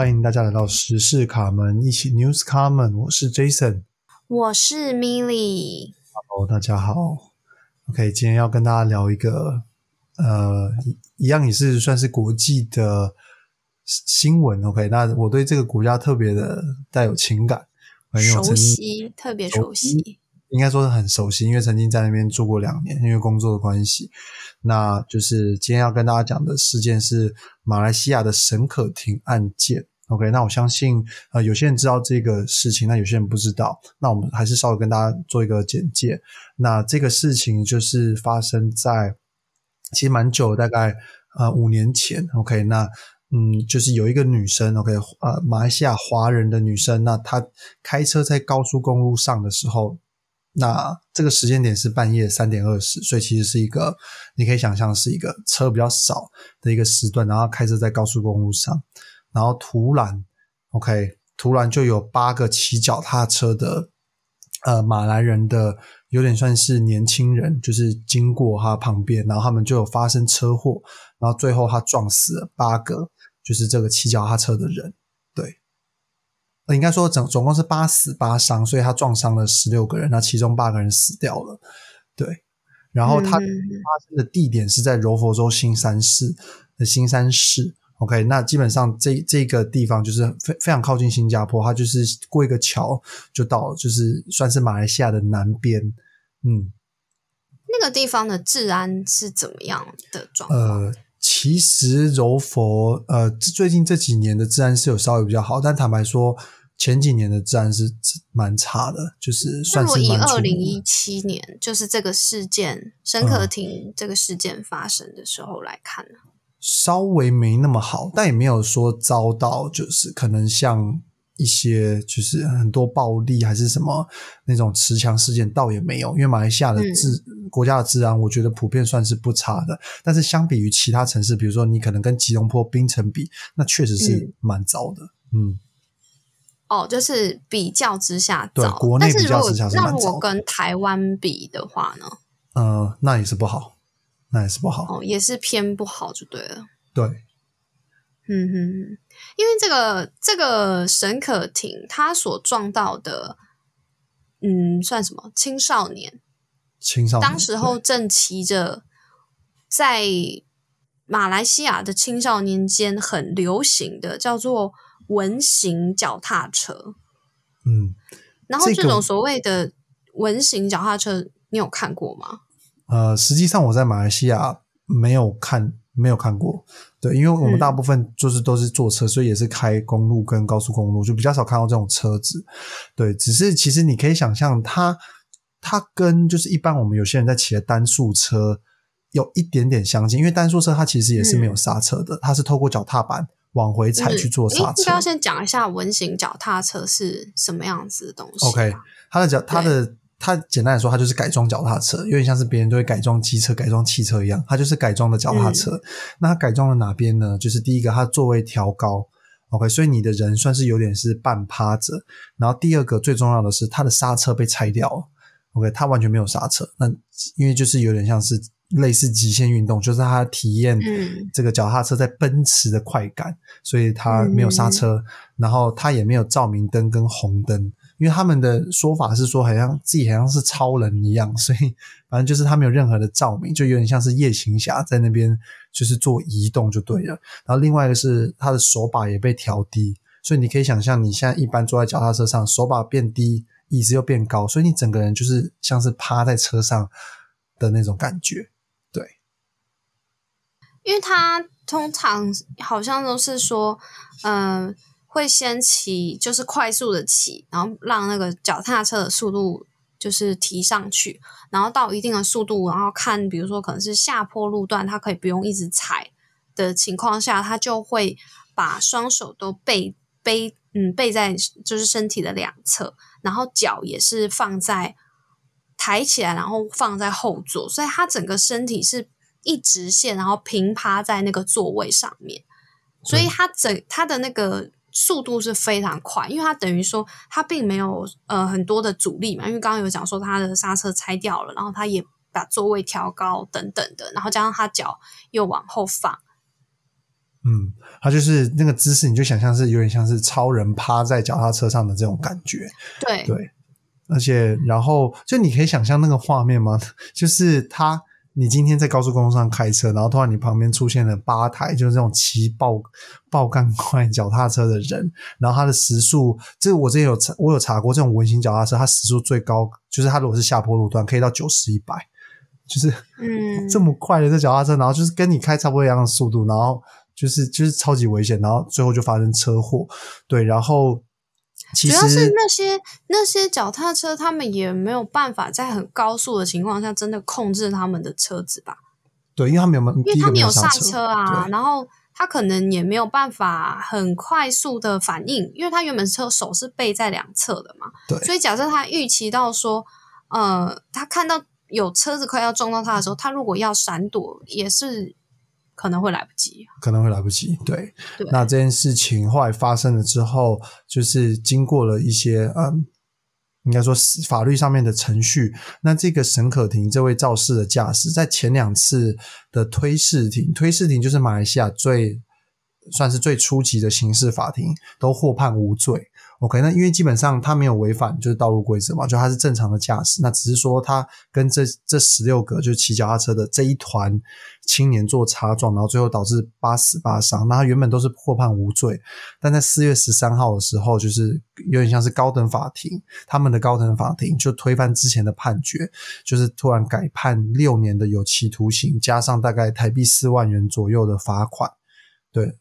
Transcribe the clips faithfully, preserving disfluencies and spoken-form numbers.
欢迎大家来到时事卡门，一起 News Common， 我是 Jason， 我是 Millie。Hello， 大家好。OK， 今天要跟大家聊一个呃，一样也是算是国际的新闻。OK， 那我对这个国家特别的带有情感， 熟悉，特别熟悉， 应该说是很熟悉，因为曾经在那边住过两年，因为工作的关系。那就是今天要跟大家讲的事件是马来西亚的沈可婷案件。OK， 那我相信呃有些人知道这个事情，那有些人不知道，那我们还是稍微跟大家做一个简介。那这个事情就是发生在其实蛮久，大概呃五年前。OK， 那嗯就是有一个女生 OK 呃马来西亚华人的女生，那她开车在高速公路上的时候，那这个时间点是半夜三点二十，所以其实是一个你可以想象是一个车比较少的一个时段，然后开车在高速公路上，然后突然 OK 突然就有八个骑脚踏车的呃马来人的有点算是年轻人，就是经过他旁边，然后他们就有发生车祸，然后最后他撞死了八个就是这个骑脚踏车的人。对，应该说总总共是八死八伤，所以他撞伤了十六个人，那其中八个人死掉了。对，然后他发生的地点是在柔佛州新山市的新山市。OK， 那基本上这这个地方就是非非常靠近新加坡，它就是过一个桥就到了，就是算是马来西亚的南边。嗯， 那个地方的治安是怎么样的状况？ 呃，其实柔佛呃最近这几年的治安是有稍微比较好，但坦白说前几年的治安是蛮差的，就是算是蛮出名的。 那如果以二零一七年就是这个事件沈可婷这个事件发生的时候来看呢、嗯， 稍微没那么好，但也没有说遭到就是可能像一些就是很多暴力还是什么那种持枪事件倒也没有，因为马来西亚的治、嗯、国家的治安我觉得普遍算是不差的，但是相比于其他城市，比如说你可能跟吉隆坡槟城比，那确实是蛮糟的。嗯，嗯哦，就是比较之下糟，对，国内比较之下是蛮糟的。 那如果跟台湾比的话呢？ 呃，那也是不好，那也是不好。 哦，也是偏不好就对了。 对， 嗯哼，因为这个这个沈可婷她所撞到的，嗯，算什么青少年？ 青少年当时候正骑着在马来西亚的青少年间很流行的叫做蚊型脚踏车。 嗯， 然后这种所谓的蚊型脚踏车，你有看过吗？ 呃，实际上我在马来西亚没有看，没有看过。对，因为我们大部分就是都是坐车、嗯、所以也是开公路跟高速公路，就比较少看到这种车子。对，只是其实你可以想象它它跟就是一般我们有些人在骑的单速车有一点点相近，因为单速车它其实也是没有刹车的、嗯、它是透过脚踏板往回踩去做刹车。 应该要先讲一下蚊型脚踏车是什么样子的东西、啊、 OK， 它的脚它的它简单来说它就是改装脚踏车，有点像是别人都会改装机车改装汽车一样，它就是改装的脚踏车、嗯、那它改装了哪边呢？就是第一个它座位调高 OK， 所以你的人算是有点是半趴着，然后第二个最重要的是它的刹车被拆掉了 OK， 它完全没有刹车，那因为就是有点像是类似极限运动，就是它体验这个脚踏车在奔驰的快感、嗯、所以它没有刹车、嗯、然后它也没有照明灯跟红灯，因为他们的说法是说好像自己好像是超人一样，所以反正就是他没有任何的照明，就有点像是夜行侠在那边就是做移动就对了。然后另外一个是他的手把也被调低，所以你可以想象你现在一般坐在脚踏车上，手把变低，椅子又变高，所以你整个人就是像是趴在车上的那种感觉。对， 因为他通常好像都是说嗯、呃会先骑，就是快速的骑，然后让那个脚踏车的速度就是提上去，然后到一定的速度，然后看比如说可能是下坡路段，他可以不用一直踩的情况下，他就会把双手都背背嗯背在就是身体的两侧，然后脚也是放在抬起来，然后放在后座，所以他整个身体是一直线，然后平趴在那个座位上面，所以他整他的那个速度是非常快，因为它等于说它并没有呃很多的阻力嘛，因为刚刚有讲说它的刹车拆掉了，然后它也把座位调高等等的，然后加上它脚又往后放， 嗯，他就是那个姿势，你就想象是有点像是超人趴在脚踏车上的这种感觉。 对对，而且然后就你可以想象那个画面吗？就是他你今天在高速公路上开车，然后突然你旁边出现了八台就是这种骑爆爆干快脚踏车的人，然后他的时速，这个我之前有我有查过，这种文型脚踏车它时速最高就是它如果是下坡路段可以到九十、一百，就是嗯这么快的这脚踏车，然后就是跟你开差不多一样的速度，然后就是就是超级危险，然后最后就发生车祸。对，然后其实主要是那些那些脚踏车，他们也没有办法在很高速的情况下真的控制他们的车子吧？ 对，因为他们有因为他们有刹车车啊，然后他可能也没有办法很快速的反应，因为他原本车手是背在两侧的嘛。 对， 所以假设他预期到说，呃，他看到有车子快要撞到他的时候，他如果要闪躲，也是可能会来不及， 可能会来不及。对， 对， 那这件事情后来发生了之后，就是经过了一些嗯，应该说法律上面的程序。那这个沈可婷这位肇事的驾驶，在前两次的推事庭，推事庭就是马来西亚最算是最初级的刑事法庭，都获判无罪。OK， 那因为基本上他没有违反就是道路规则嘛，就他是正常的驾驶，那只是说他跟这这十六个就是骑脚踏车的这一团青年做擦撞，然后最后导致八死八伤。那他原本都是获判无罪，但在四月十三号的时候，就是有点像是高等法庭，他们的高等法庭就推翻之前的判决，就是突然改判六年的有期徒刑，加上大概台币四万元左右的罚款。对。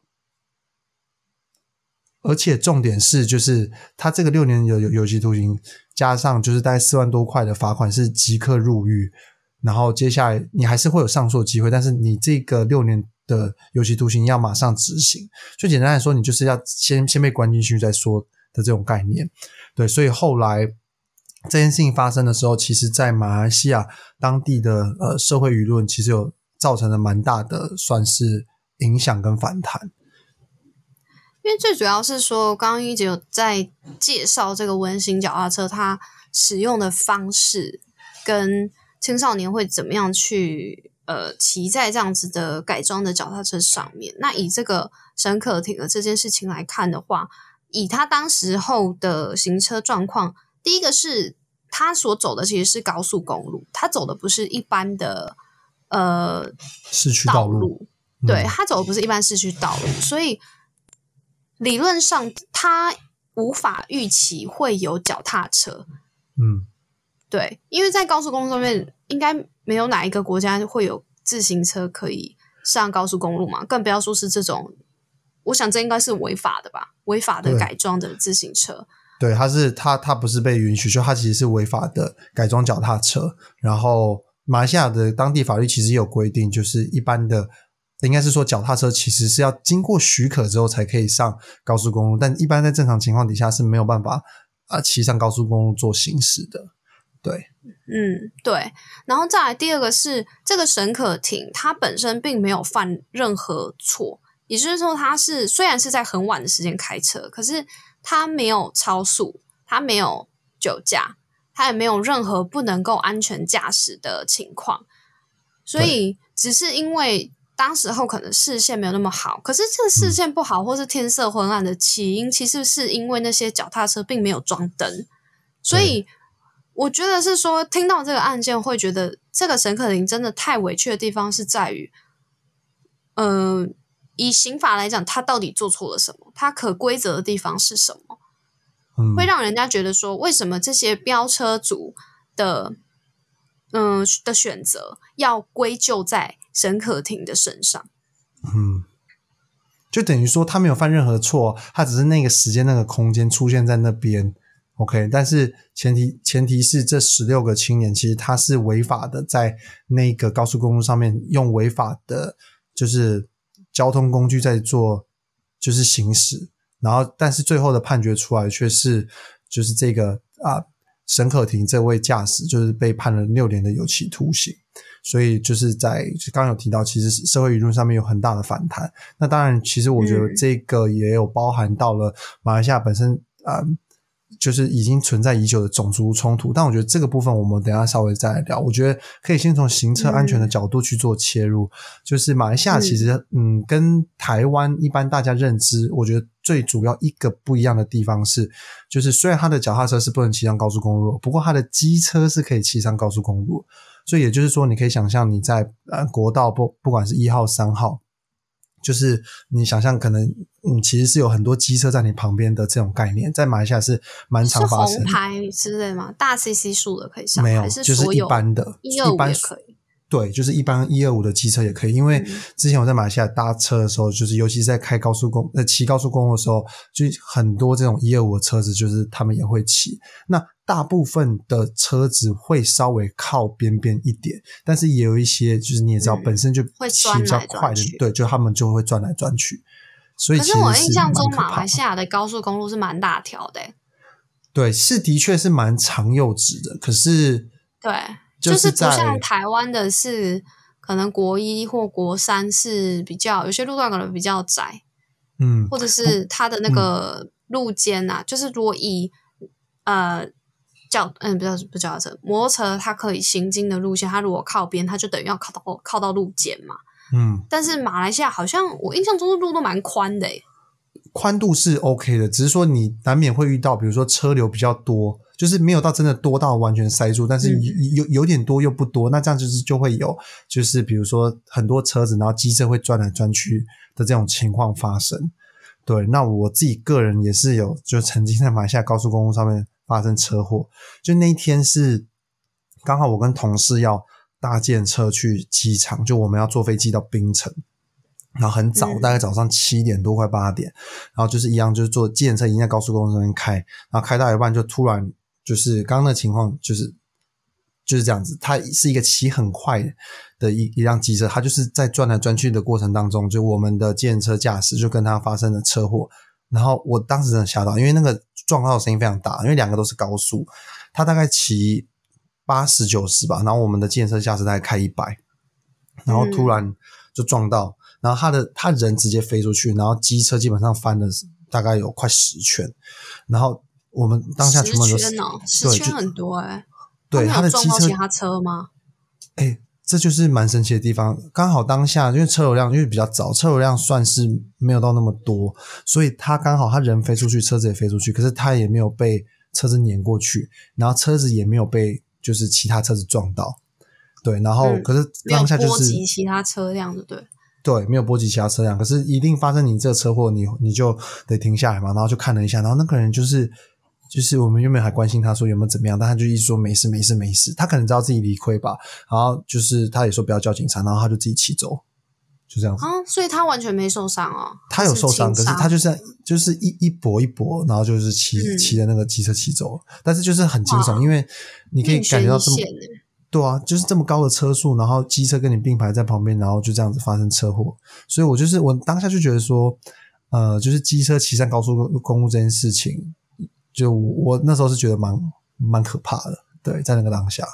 而且重点是，就是他这个六年有有有期徒刑，加上就是大概四万多块的罚款是即刻入狱，然后接下来你还是会有上诉的机会，但是你这个六年的有期徒刑要马上执行。就简单来说，你就是要先先被关进去再说的这种概念。对，所以后来这件事情发生的时候，其实在马来西亚当地的呃社会舆论其实有造成了蛮大的算是影响跟反弹。 因为最主要是说，刚刚一直有在介绍这个文型脚踏车，它使用的方式跟青少年会怎么样去呃骑在这样子的改装的脚踏车上面。那以这个沈可婷的这件事情来看的话，以他当时候的行车状况，第一个是他所走的其实是高速公路，他走的不是一般的呃市区道路， 道路嗯、 对，他走的不是一般市区道路，所以理论上他无法预期会有脚踏车。 嗯， 对，因为在高速公路上面应该没有哪一个国家会有自行车可以上高速公路嘛，更不要说是这种，我想这应该是违法的吧，违法的改装的自行车。 对，它是它它不是被允许，就它其实是违法的改装脚踏车。然后马来西亚的当地法律其实也有规定，就是一般的应该是说脚踏车其实是要经过许可之后才可以上高速公路，但一般在正常情况底下是没有办法啊骑上高速公路做行驶的。对， 嗯，对。然后再来第二个是这个沈可婷，她本身并没有犯任何错，也就是说她是虽然是在很晚的时间开车，可是她没有超速，她没有酒驾，她也没有任何不能够安全驾驶的情况，所以只是因为当时候可能视线没有那么好，可是这个视线不好或是天色昏暗的起因，其实是因为那些脚踏车并没有装灯，所以我觉得是说听到这个案件会觉得这个沈可婷真的太委屈的地方是在于呃，以刑法来讲他到底做错了什么，他可归责的地方是什么、嗯、会让人家觉得说为什么这些飙车族的嗯、呃、的选择要归咎在沈可婷的身上。 嗯，就等于说他没有犯任何错，他只是那个时间那个空间出现在那边 OK， 但是前提前提是这十六个青年其实他是违法的，在那个高速公路上面用违法的就是交通工具在做就是行驶，然后但是最后的判决出来却是就是这个啊沈可婷这位驾驶就是被判了六年的有期徒刑，所以就是在刚刚有提到其实社会舆论上面有很大的反弹。那当然其实我觉得这个也有包含到了马来西亚本身呃就是已经存在已久的种族冲突，但我觉得这个部分我们等一下稍微再来聊。我觉得可以先从行车安全的角度去做切入，嗯、就是马来西亚其实 嗯, 嗯跟台湾一般大家认知，我觉得最主要一个不一样的地方是，就是虽然它的脚踏车是不能骑上高速公路，不过它的机车是可以骑上高速公路，所以也就是说你可以想象你在呃国道不不管是一号三号，就是你想象可能嗯，其实是有很多机车在你旁边的这种概念，在马来西亚是蛮常发生的。 是红牌之类吗？大 C C 数的可以上， 没有， 还是就是一般的一二五也可以。 对，就是一般一二五的机车也可以，因为之前我在马来西亚搭车的时候，就是尤其是在开高速公呃骑高速公路的时候，就很多这种一二五的车子，就是他们也会骑。那大部分的车子会稍微靠边边一点，但是也有一些就是你也知道，本身就骑比较快的， 嗯、 对，就他们就会转来转去。所以其实可是我印象中马来西亚的高速公路是蛮大条的、欸、 对，是的确是蛮长幼直的，可是对， 就是, 是不像台湾的是可能国一或国三是比较有些路段可能比较窄， 嗯， 或者是它的那个路肩啊、嗯、就是如果以呃脚嗯不是不是脚踏车摩托车它可以行经的路线，它如果靠边它就等于要靠到靠到路肩嘛。 嗯， 但是马来西亚好像我印象中的路都蛮宽的诶， 宽度是 OK 的，只是说你难免会遇到比如说车流比较多，就是没有到真的多到完全塞住，但是有有点多又不多，那这样就是就会有就是比如说很多车子然后机车会转来转去的这种情况发生。对，那我自己个人也是有就曾经在马来西亚高速公路上面发生车祸，就那一天是刚好我跟同事要搭计程车去机场，就我们要坐飞机到槟城，然后很早、嗯、大概早上七点多快八点，然后就是一样就是坐计程车已经在高速公路上面开，然后开到一半就突然就是刚刚的情况就是就是这样子，它是一个骑很快的一一辆机车，它就是在转来转去的过程当中，就我们的计程车驾驶就跟它发生了车祸，然后我当时真的吓到，因为那个撞到的声音非常大，因为两个都是高速，它大概骑八十九十吧，然后我们的计程车驾驶大概开一百，然后突然就撞到、嗯、然后他的他人直接飞出去，然后机车基本上翻了大概有快十圈，然后我们当下全部都是十圈哦，十圈很多诶、欸、 对，他的机车撞到其他车吗？ 诶，这就是蛮神奇的地方，刚好当下因为车流量因为比较早，车流量算是没有到那么多，所以他刚好他人飞出去，车子也飞出去，可是他也没有被车子碾过去，然后车子也没有被就是其他车子撞到，对，然后、嗯、可是当下就是没有波及其他车辆的，对对，没有波及其他车辆，可是一定发生你这个车祸，你你就得停下来嘛，然后就看了一下，然后那个人就是就是我们原本还关心他说有没有怎么样，但他就一直说没事没事没事，他可能知道自己理亏吧，然后就是他也说不要叫警察，然后他就自己骑走，就这样子。 啊，所以他完全没受伤哦。 他有受伤，可是他就是就是一一跛一跛，然后就是骑骑的那个机车骑走了，但是就是很惊悚，因为你可以感觉到这么对啊，就是这么高的车速，然后机车跟你并排在旁边，然后就这样子发生车祸，所以我就是我当下就觉得说，呃，就是机车骑上高速公路这件事情，就我那时候是觉得蛮蛮可怕的，对，在那个当下。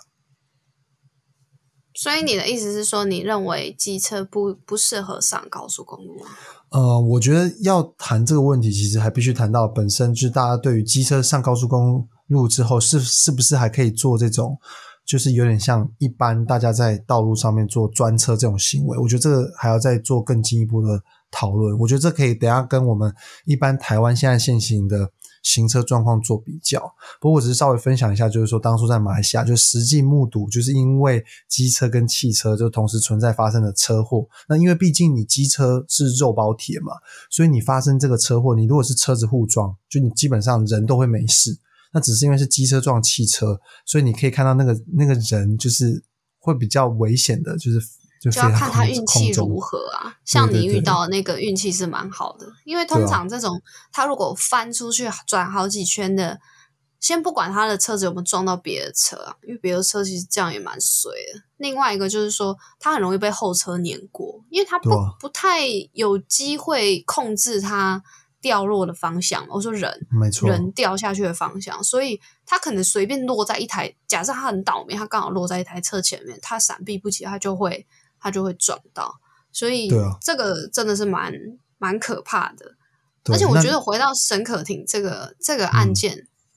所以你的意思是说，你认为机车不不适合上高速公路吗？ 呃，我觉得要谈这个问题，其实还必须谈到本身，就是大家对于机车上高速公路之后，是是不是还可以做这种，就是有点像一般大家在道路上面做专车这种行为。我觉得这个还要再做更进一步的讨论。我觉得这可以等一下跟我们一般台湾现在现行的行车状况做比较，不过我只是稍微分享一下，就是说当初在马来西亚就实际目睹，就是因为机车跟汽车就同时存在发生的车祸，那因为毕竟你机车是肉包铁嘛，所以你发生这个车祸，你如果是车子互撞，就你基本上人都会没事，那只是因为是机车撞汽车，所以你可以看到那个那个人就是会比较危险的，就是就, 就要看他运气如何啊，像你遇到的那个运气是蛮好的，对对对，因为通常这种他如果翻出去转好几圈的，先不管他的车子有没有撞到别的车啊，因为别的车其实这样也蛮衰的。另外一个就是说他很容易被后车碾过，因为他不、啊、不太有机会控制他掉落的方向，我说人没错， 人掉下去的方向，所以他可能随便落在一台，假设他很倒霉，他刚好落在一台车前面，他闪避不及，他就会他就会撞到，所以这个真的是蛮蛮可怕的。而且我觉得回到沈可婷这个这个案件、嗯，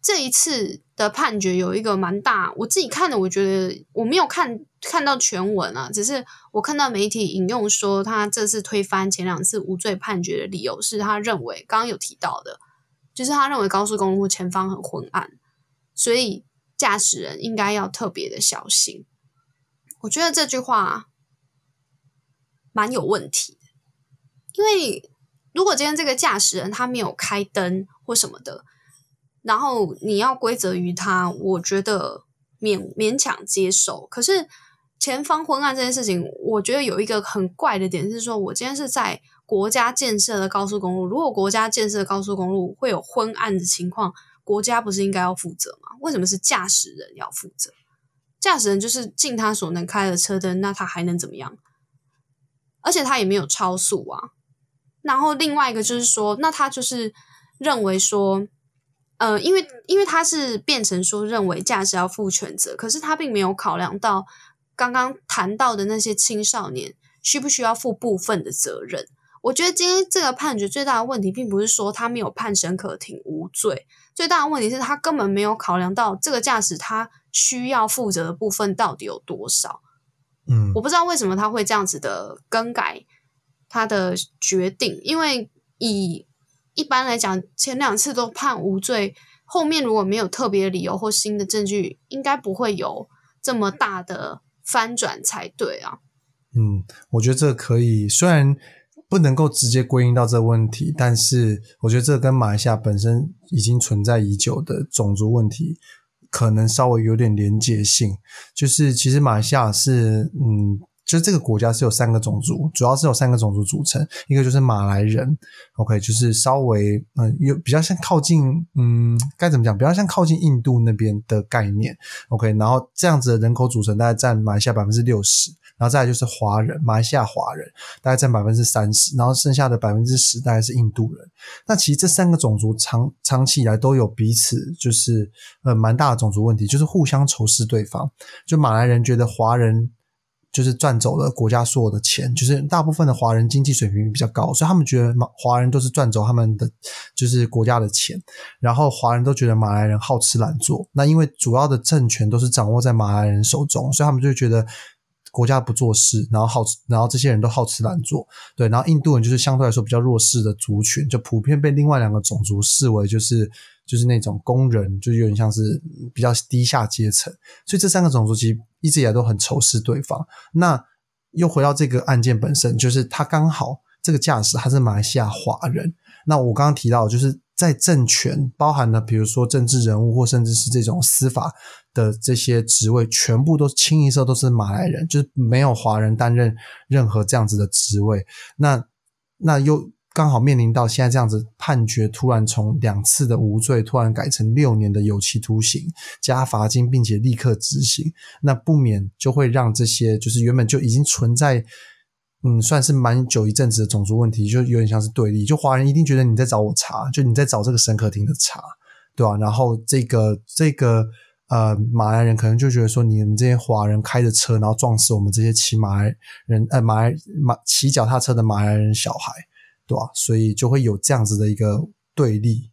这一次的判决有一个蛮大，我自己看的，我觉得我没有看看到全文啊，只是我看到媒体引用说，他这次推翻前两次无罪判决的理由是他认为刚刚有提到的，就是他认为高速公路前方很昏暗，所以驾驶人应该要特别的小心。我觉得这句话蛮有问题的，因为如果今天这个驾驶人他没有开灯或什么的，然后你要归责于他，我觉得勉勉强接受。可是前方昏暗这件事情，我觉得有一个很怪的点是说，我今天是在国家建设的高速公路，如果国家建设的高速公路会有昏暗的情况，国家不是应该要负责吗？为什么是驾驶人要负责？驾驶人就是尽他所能开了车灯，那他还能怎么样？而且他也没有超速啊。然后另外一个就是说，那他就是认为说，呃，因为因为他是变成说认为驾驶要负全责，可是他并没有考量到刚刚谈到的那些青少年需不需要负部分的责任。我觉得今天这个判决最大的问题，并不是说他没有判沈可婷无罪，最大的问题是他根本没有考量到这个驾驶他需要负责的部分到底有多少。 嗯， 我不知道为什么他会这样子的更改他的决定，因为以一般来讲，前两次都判无罪，后面如果没有特别的理由或新的证据，应该不会有这么大的翻转才对啊。 嗯，我觉得这可以，虽然不能够直接归因到这个问题，但是我觉得这跟马来西亚本身已经存在已久的种族问题可能稍微有点连结性。就是其实马来西亚是嗯就是这个国家是有三个种族，主要是有三个种族组成，一个就是马来人 OK 就是稍微嗯、呃、有比较像靠近嗯该怎么讲比较像靠近印度那边的概念 OK 然后这样子的人口组成大概占马来西亚 百分之六十， 然后再来就是华人，马来西亚华人大概占 百分之三十， 然后剩下的 百分之十 大概是印度人。那其实这三个种族长长期以来都有彼此就是呃蛮大的种族问题，就是互相仇视对方。就马来人觉得华人就是赚走了国家所有的钱，就是大部分的华人经济水平比较高，所以他们觉得华人都是赚走他们的就是国家的钱，然后华人都觉得马来人好吃懒做，那因为主要的政权都是掌握在马来人手中，所以他们就觉得国家不做事，然后好然后这些人都好吃懒做。对，然后印度人就是相对来说比较弱势的族群，就普遍被另外两个种族视为就是就是那种工人，就有点像是比较低下阶层，所以这三个种族其实一直以来都很仇视对方。那又回到这个案件本身，就是他刚好这个驾驶他是马来西亚华人，那我刚刚提到就是在政权包含了比如说政治人物或甚至是这种司法的这些职位全部都清一色都是马来人，就是没有华人担任任何这样子的职位。那那又刚好面临到现在这样子判决突然从两次的无罪突然改成六年的有期徒刑加罚金并且立刻执行，那不免就会让这些就是原本就已经存在嗯，算是蛮久一阵子的种族问题就有点像是对立，就华人一定觉得你在找我茬，就你在找这个沈可婷的茬，对吧、啊？然后这个这个呃马来人可能就觉得说你们这些华人开着车然后撞死我们这些骑马来人呃马来马骑脚踏车的马来人小孩，对吧、啊？所以就会有这样子的一个对立。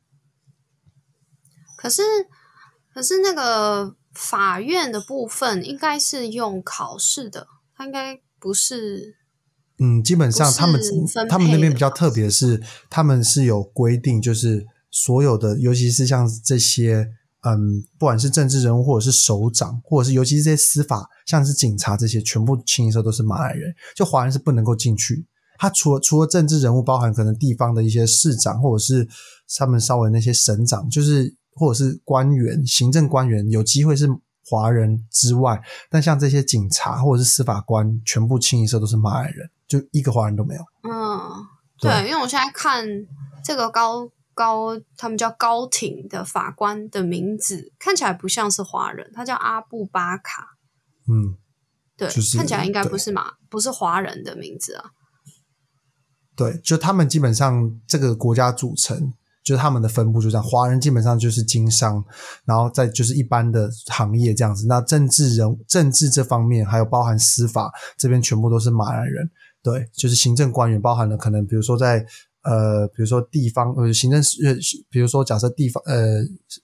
可是可是那个法院的部分应该是用考试的，他应该不是嗯，基本上他们他们那边比较特别的是他们是有规定，就是所有的尤其是像这些嗯，不管是政治人物或者是首长或者是尤其是这些司法像是警察这些全部清一色都是马来人，就华人是不能够进去。他除了除了政治人物包含可能地方的一些市长或者是他们稍微那些省长就是或者是官员行政官员有机会是华人之外，但像这些警察或者是司法官全部清一色都是马来人，就一个华人都没有。 嗯，对，对因为我现在看这个高高他们叫高庭的法官的名字看起来不像是华人，他叫阿布巴卡。 嗯， 对、就是、看起来应该不是马不是华人的名字啊。 对，就他们基本上这个国家组成就是他们的分布就这样，华人基本上就是经商，然后再就是一般的行业这样子。那政治人政治这方面还有包含司法这边全部都是马来人。对，就是行政官员包含了可能比如说在呃比如说地方呃行政呃比如说假设地方呃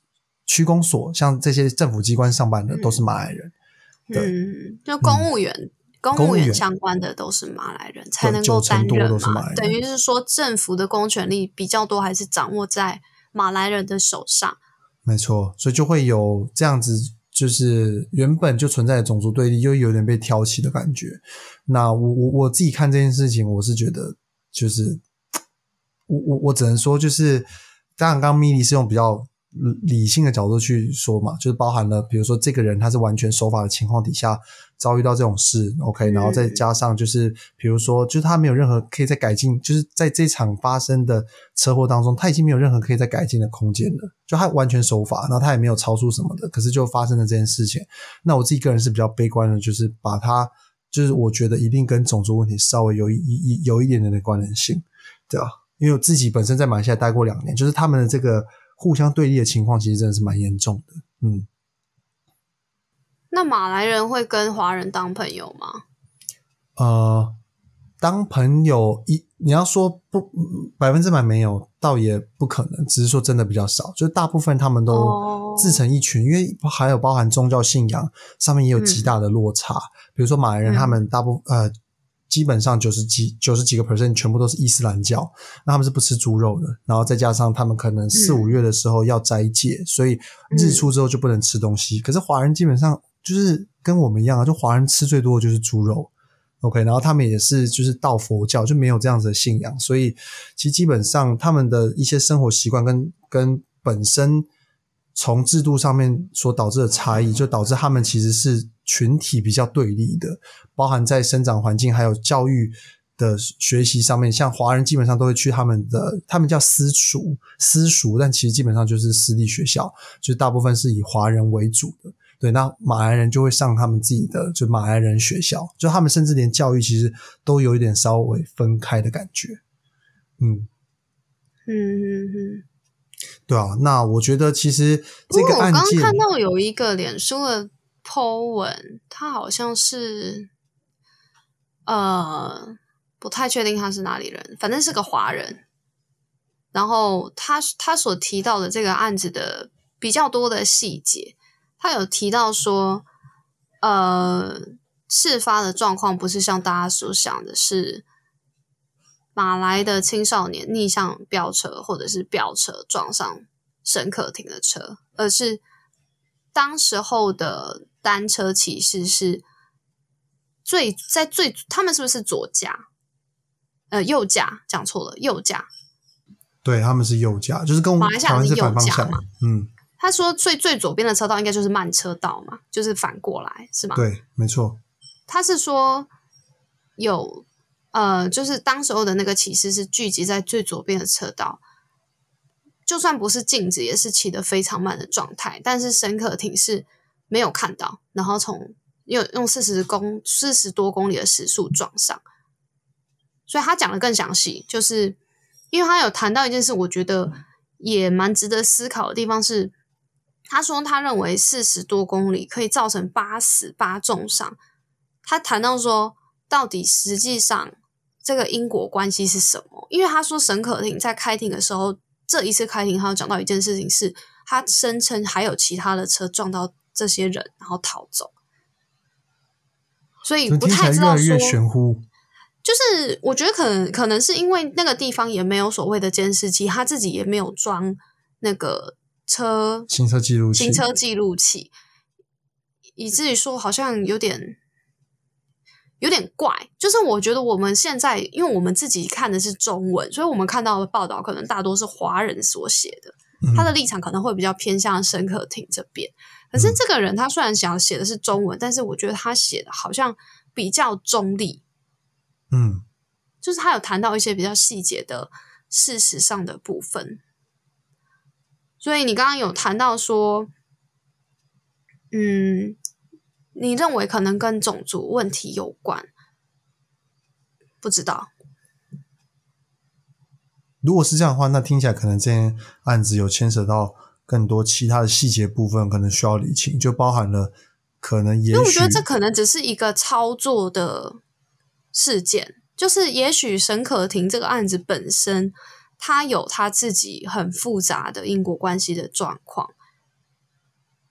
区公所，像这些政府机关上班的都是马来人。 嗯，就公务员、嗯、公务员相关的都是马来人才能够担任嘛，等于是说政府的公权力比较多还是掌握在马来人的手上。 没错，所以就会有这样子，就是原本就存在的种族对立又有点被挑起的感觉。那我我我自己看这件事情，我是觉得就是我我我只能说就是当然刚刚米莉是用比较理性的角度去说嘛，就是包含了比如说这个人他是完全守法的情况底下遭遇到这种事 OK， 然后再加上就是比如说就是他没有任何可以再改进，就是在这场发生的车祸当中他已经没有任何可以再改进的空间了，就他完全守法，然后他也没有超速什么的，可是就发生了这件事情。那我自己个人是比较悲观的，就是把他就是我觉得一定跟种族问题稍微有一一有一点点的关联性，对吧？因为我自己本身在马来西亚待过两年，就是他们的这个互相对立的情况其实真的是蛮严重的。嗯， 那马来人会跟华人当朋友吗？ 呃，当朋友一你要说不百分之百没有，倒也不可能，只是说真的比较少，就是大部分他们都自成一群，哦、因为还有包含宗教信仰上面也有极大的落差。嗯、比如说马来人，他们大部、嗯、呃。基本上九十几九十几个 percent 全部都是伊斯兰教，那他们是不吃猪肉的，然后再加上他们可能四五月的时候要斋戒、嗯、所以日出之后就不能吃东西、嗯、可是华人基本上就是跟我们一样啊，就华人吃最多的就是猪肉 OK， 然后他们也是就是道佛教，就没有这样子的信仰，所以其实基本上他们的一些生活习惯跟跟本身从制度上面所导致的差异，就导致他们其实是群体比较对立的，包含在生长环境还有教育的学习上面，像华人基本上都会去他们的他们叫私塾私塾，但其实基本上就是私立学校，就是大部分是以华人为主的。对，那马来人就会上他们自己的就马来人学校，就他们甚至连教育其实都有一点稍微分开的感觉。嗯嗯嗯嗯， 对啊，那我觉得其实这个案件， 我刚刚看到有一个脸书的 po 文，他好像是呃不太确定他是哪里人，反正是个华人。然后他他所提到的这个案子的比较多的细节，他有提到说，呃，事发的状况不是像大家所想的是马来的青少年逆向飙车或者是飙车撞上沈可婷的车，而是当时候的单车骑士是最在最他们是不是左驾？呃，右驾，讲错了，右驾。 对，他们是右驾，就是跟马来西亚是右驾嘛。 嗯， 他说最最左边的车道应该就是慢车道嘛，就是反过来是吗？ 对，没错。 他是说有呃，就是当时候的那个骑士是聚集在最左边的车道，就算不是静止，也是骑得非常慢的状态。但是沈可婷是没有看到，然后从用用四十公四十多公里的时速撞上，所以他讲的更详细，就是因为他有谈到一件事，我觉得也蛮值得思考的地方是，他说他认为四十多公里可以造成八死八重伤。他谈到说，到底实际上这个因果关系是什么？因为他说沈可婷在开庭的时候，这一次开庭他有讲到一件事情是，他声称还有其他的车撞到这些人，然后逃走。所以不太知道说， 听起来越来越玄乎。 就是我觉得可能可能是因为那个地方也没有所谓的监视器，他自己也没有装那个车行车记录器， 行车记录器，以至于说好像有点有点怪。就是我觉得我们现在因为我们自己看的是中文，所以我们看到的报道可能大多是华人所写的，他的立场可能会比较偏向沈可婷这边。可是这个人他虽然想写的是中文，但是我觉得他写的好像比较中立。 嗯， 就是他有谈到一些比较细节的事实上的部分，所以你刚刚有谈到说，嗯，你认为可能跟种族问题有关，不知道。 如果是这样的话，那听起来可能这件案子有牵扯到更多其他的细节部分，可能需要理清，就包含了可能也许，因为我觉得这可能只是一个操作的事件，就是也许沈可婷这个案子本身它有它自己很复杂的因果关系的状况，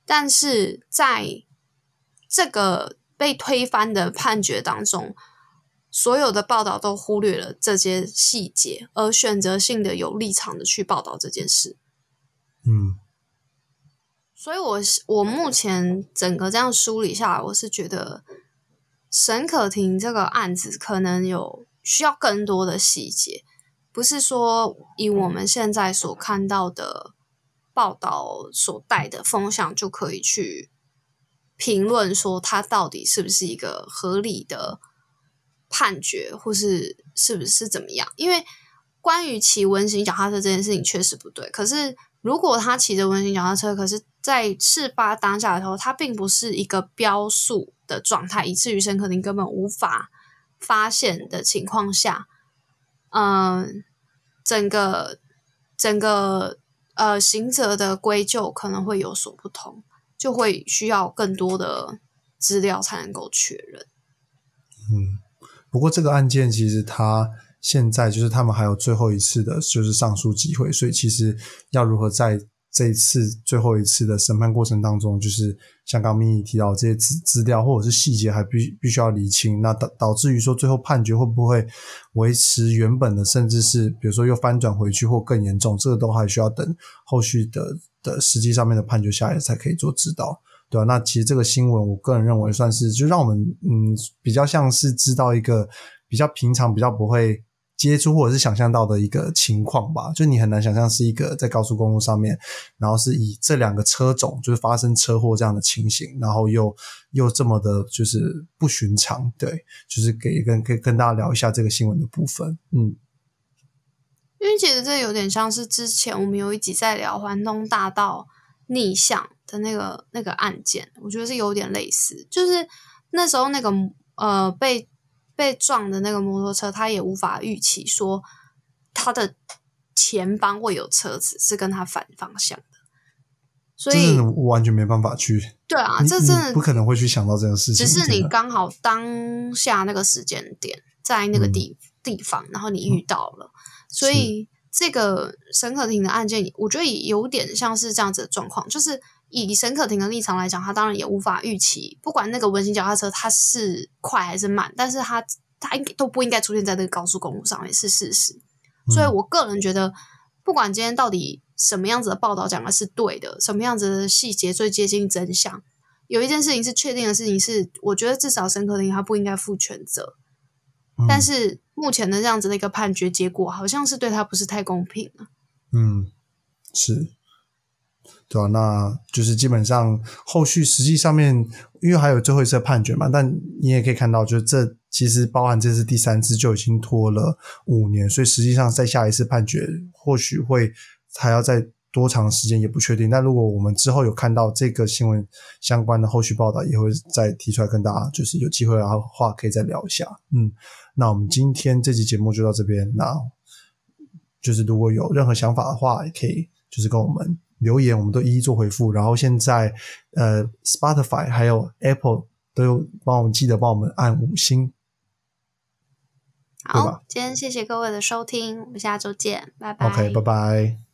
但是在这个被推翻的判决当中，所有的报道都忽略了这些细节，而选择性的有立场的去报道这件事。 嗯， 所以我我目前整个这样梳理下来，我是觉得沈可婷这个案子可能有需要更多的细节，不是说以我们现在所看到的报道所带的风向就可以去评论说它到底是不是一个合理的判决，或是是不是怎么样。因为关于骑文型脚踏车这件事情确实不对，可是如果他骑着文型脚踏车，可是在事发当下的时候，他并不是一个标速的状态，以至于沈可婷根本无法发现的情况下，嗯，整个整个呃刑责的归咎可能会有所不同，就会需要更多的资料才能够确认。 嗯，不过这个案件其实它现在就是他们还有最后一次的就是上诉机会，所以其实要如何在这一次最后一次的审判过程当中，就是像刚刚咪咪提到这些资资料或者是细节还必必须要厘清，那导导致于说最后判决会不会维持原本的，甚至是比如说又翻转回去或更严重，这个都还需要等后续的的实际上面的判决下来才可以做知道。对啊，那其实这个新闻我个人认为算是就让我们嗯比较像是知道一个比较平常比较不会接触或者是想象到的一个情况吧，就你很难想象是一个在高速公路上面，然后是以这两个车种就是发生车祸这样的情形，然后又又这么的就是不寻常。对，就是给跟可以跟大家聊一下这个新闻的部分。嗯， 因为其实这有点像是之前我们有一集在聊环东大道逆向的那个那个案件，我觉得是有点类似，就是那时候那个呃被被撞的那个摩托车，他也无法预期说他的前方会有车子是跟他反方向的，所以这是完全没办法去， 对啊， 你这真的你不可能会去想到这个事情， 只是你刚好当下那个时间点在那个地、嗯、地方，然后你遇到了，嗯、所以这个沈可婷的案件，我觉得也有点像是这样子的状况，就是以沈可婷的立场来讲，他当然也无法预期，不管那个文型脚踏车它是快还是慢，但是它它应都不应该出现在这个高速公路上面是事实。所以我个人觉得，不管今天到底什么样子的报道讲的是对的，什么样子的细节最接近真相，有一件事情是确定的事情是，我觉得至少沈可婷他不应该负全责。嗯、但是目前的这样子的一个判决结果，好像是对他不是太公平了。 嗯，是。对啊，那就是基本上后续实际上面，因为还有最后一次的判决嘛，但你也可以看到，就是这其实包含这次第三次就已经拖了五年，所以实际上再下一次判决或许会还要再多长时间也不确定。但如果我们之后有看到这个新闻相关的后续报道，也会再提出来跟大家，就是有机会的话可以再聊一下。嗯，那我们今天这期节目就到这边，那就是如果有任何想法的话，也可以就是跟我们留言，我们都一一做回复。然后现在呃 Spotify 还有 Apple 都有帮我们记得帮我们按五星。 好，今天谢谢各位的收听，我们下周见，拜拜。 OK， 拜拜。